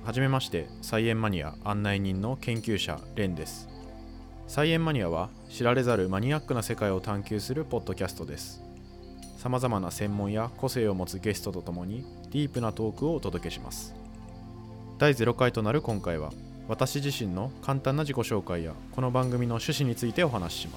はじめまして、菜園マニア案内人の研究者レンです。菜園マニアは知られざるマニアックな世界を探求するポッドキャストです。さまざまな専門や個性を持つゲストとともにディープなトークをお届けします。第0回となる今回は、私自身の簡単な自己紹介やこの番組の趣旨についてお話しします。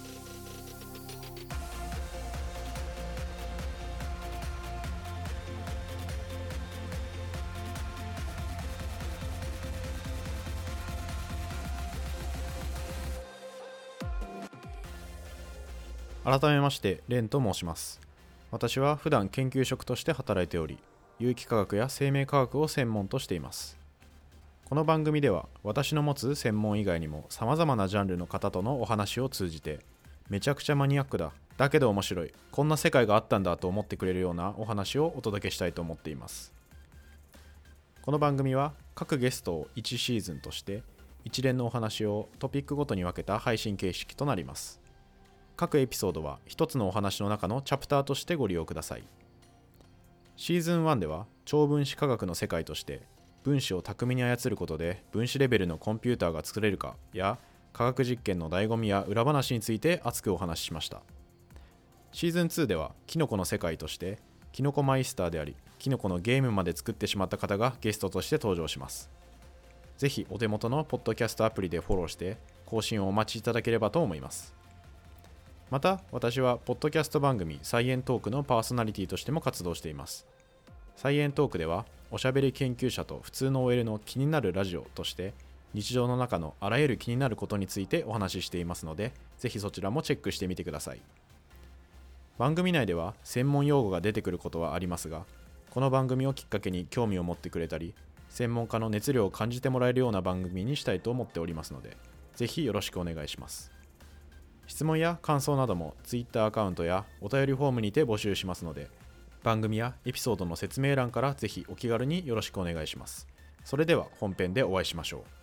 改めまして、レンと申します。私は普段研究職として働いており、有機化学や生命科学を専門としています。この番組では、私の持つ専門以外にも様々なジャンルの方とのお話を通じて、めちゃくちゃマニアックだ、だけど面白い、こんな世界があったんだと思ってくれるようなお話をお届けしたいと思っています。この番組は各ゲストを1シーズンとして一連のお話をトピックごとに分けた配信形式となります。各エピソードは一つのお話の中のチャプターとしてご利用ください。シーズン1では超分子科学の世界として分子を巧みに操ることで分子レベルのコンピューターが作れるかや科学実験の醍醐味や裏話について熱くお話ししました。シーズン2ではキノコの世界としてキノコマイスターでありキノコのゲームまで作ってしまった方がゲストとして登場します。ぜひお手元のポッドキャストアプリでフォローして更新をお待ちいただければと思います。また、私はポッドキャスト番組サイエントークのパーソナリティとしても活動しています。サイエントークではおしゃべり研究者と普通の OL の気になるラジオとして日常の中のあらゆる気になることについてお話ししていますので、ぜひそちらもチェックしてみてください。番組内では専門用語が出てくることはありますが、この番組をきっかけに興味を持ってくれたり、専門家の熱量を感じてもらえるような番組にしたいと思っておりますので、ぜひよろしくお願いします。質問や感想なども Twitter アカウントやお便りフォームにて募集しますので、番組やエピソードの説明欄からぜひお気軽によろしくお願いします。それでは本編でお会いしましょう。